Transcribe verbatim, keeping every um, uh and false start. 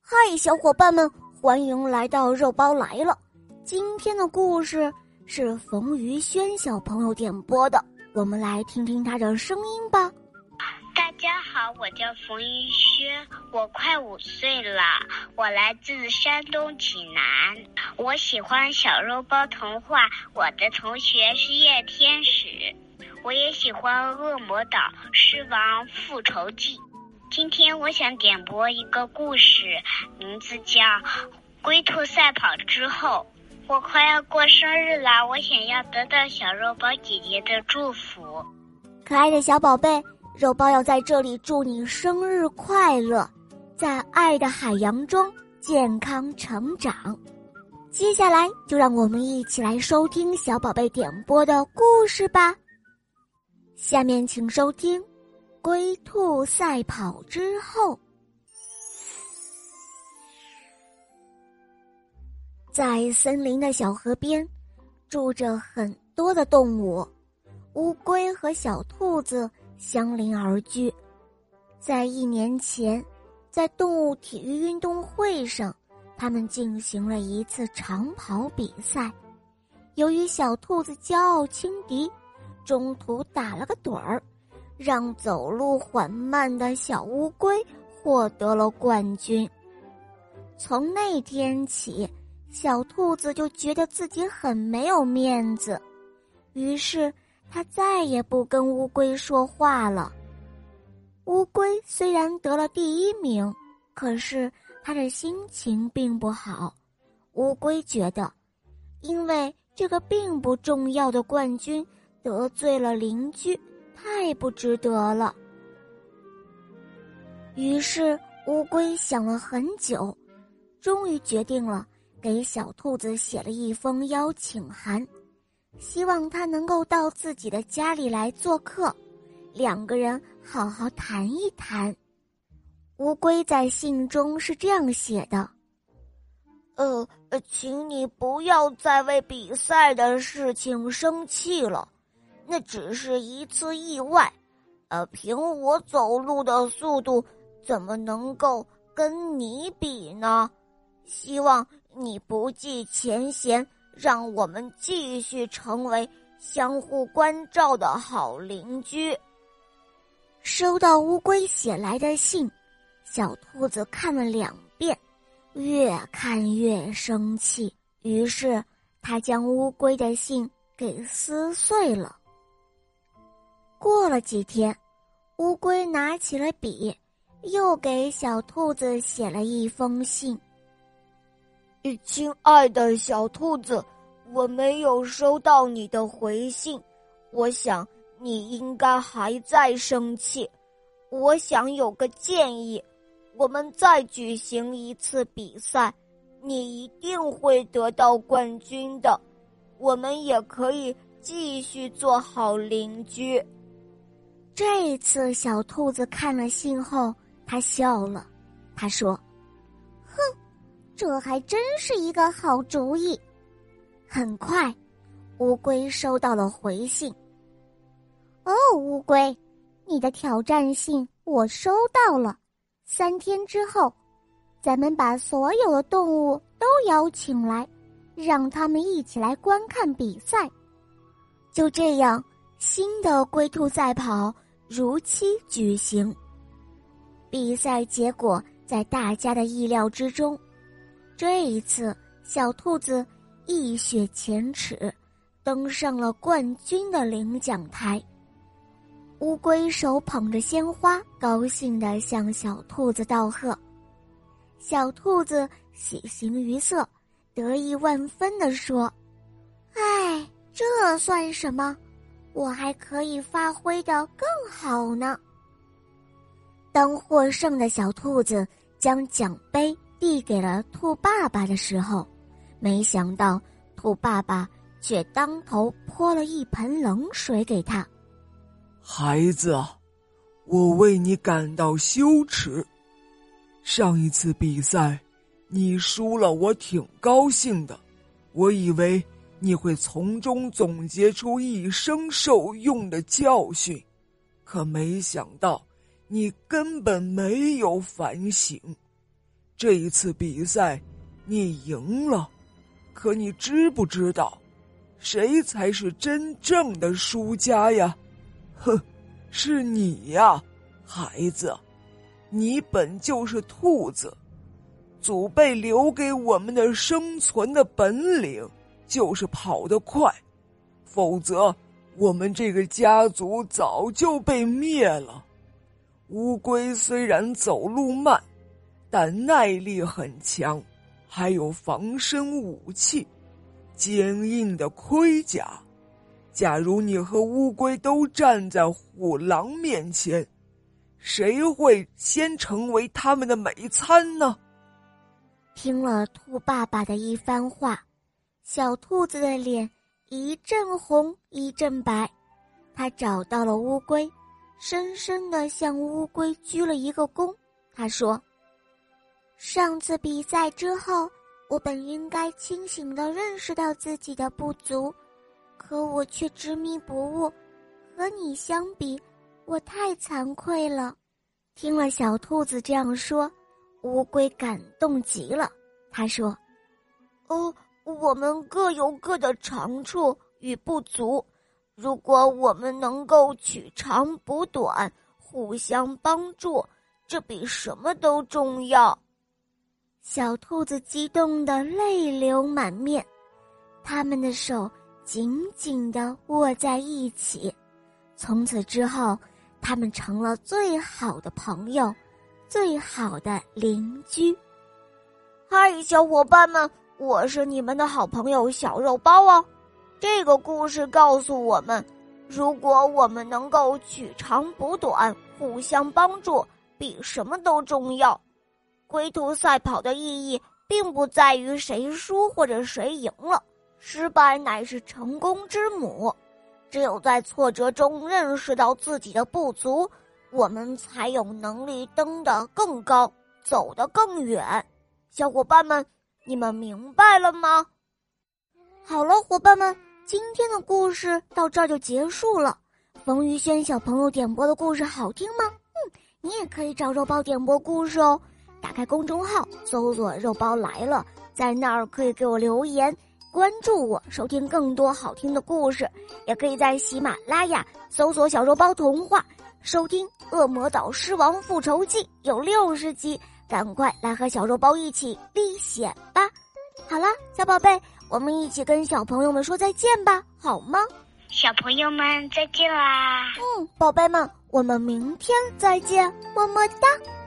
嗨，小伙伴们，欢迎来到肉包来了。今天的故事是冯于轩小朋友点播的，我们来听听他的声音吧。 大家好，我叫冯于轩，我快五岁了，我来自山东济南，我喜欢小肉包童话，我的同学是夜天使，我也喜欢恶魔岛狮王复仇记。今天我想点播一个故事，名字叫《龟兔赛跑之后》。我快要过生日啦，我想要得到小肉包姐姐的祝福。 可爱的小宝贝，肉包要在这里祝你生日快乐，在爱的海洋中健康成长。接下来就让我们一起来收听小宝贝点播的故事吧。下面请收听龟兔赛跑之后。在森林的小河边住着很多的动物，乌龟和小兔子相邻而居。在一年前，在动物体育运动会上，他们进行了一次长跑比赛。由于小兔子骄傲轻敌，中途打了个盹儿，让走路缓慢的小乌龟获得了冠军。从那天起，小兔子就觉得自己很没有面子，于是它再也不跟乌龟说话了。乌龟虽然得了第一名，可是它的心情并不好。乌龟觉得，因为这个并不重要的冠军得罪了邻居，太不值得了。于是乌龟想了很久，终于决定了给小兔子写了一封邀请函，希望他能够到自己的家里来做客，两个人好好谈一谈。乌龟在信中是这样写的：呃呃，请你不要再为比赛的事情生气了，那只是一次意外，呃，凭我走路的速度，怎么能够跟你比呢？希望你不计前嫌，让我们继续成为相互关照的好邻居。收到乌龟写来的信，小兔子看了两遍，越看越生气，于是他将乌龟的信给撕碎了。过了几天，乌龟拿起了笔，又给小兔子写了一封信。亲爱的小兔子，我没有收到你的回信，我想你应该还在生气。我想有个建议，我们再举行一次比赛，你一定会得到冠军的。我们也可以继续做好邻居。这次小兔子看了信后，他笑了，他说：哼，这还真是一个好主意。很快，乌龟收到了回信。哦，乌龟，你的挑战信我收到了。三天之后，咱们把所有的动物都邀请来，让他们一起来观看比赛。就这样，新的龟兔赛跑如期举行。比赛结果在大家的意料之中，这一次小兔子一雪前耻，登上了冠军的领奖台。乌龟手捧着鲜花，高兴地向小兔子道贺。小兔子喜形于色，得意万分地说：哎，这算什么？我还可以发挥得更好呢。当获胜的小兔子将奖杯递给了兔爸爸的时候，没想到兔爸爸却当头泼了一盆冷水给他。 孩子啊，我为你感到羞耻。上一次比赛你输了，我挺高兴的，我以为你会从中总结出一生受用的教训，可没想到你根本没有反省。 这一次比赛你赢了，可你知不知道，谁才是真正的输家呀？哼，是你呀，孩子，你本就是兔子，祖辈留给我们的生存的本领就是跑得快，否则我们这个家族早就被灭了。乌龟虽然走路慢，但耐力很强，还有防身武器，坚硬的盔甲。假如你和乌龟都站在虎狼面前，谁会先成为他们的美餐呢？ 听了兔爸爸的一番话，小兔子的脸一阵红一阵白。他找到了乌龟，深深地向乌龟鞠了一个躬。他说，上次比赛之后，我本应该清醒地认识到自己的不足，可我却执迷不悟，和你相比，我太惭愧了。听了小兔子这样说，乌龟感动极了。他说，哦，我们各有各的长处与不足，如果我们能够取长补短，互相帮助，这比什么都重要。小兔子激动得泪流满面，他们的手紧紧地握在一起。从此之后，他们成了最好的朋友，最好的邻居。嗨，小伙伴们，我是你们的好朋友小肉包哦。这个故事告诉我们，如果我们能够取长补短，互相帮助，比什么都重要。龟兔赛跑的意义并不在于谁输或者谁赢了，失败乃是成功之母。只有在挫折中认识到自己的不足，我们才有能力登得更高，走得更远。小伙伴们，你们明白了吗？好了，伙伴们，今天的故事到这儿就结束了。冯于轩小朋友点播的故事好听吗？嗯，你也可以找肉包点播故事哦。打开公众号，搜索肉包来了，在那儿可以给我留言，关注我，收听更多好听的故事。也可以在喜马拉雅搜索小肉包童话，收听《恶魔岛狮王复仇记》，有六十集，赶快来和小肉包一起历险吧。好了，小宝贝，我们一起跟小朋友们说再见吧，好吗？ 小朋友们再见啦。 嗯，宝贝们，我们明天再见，么么哒。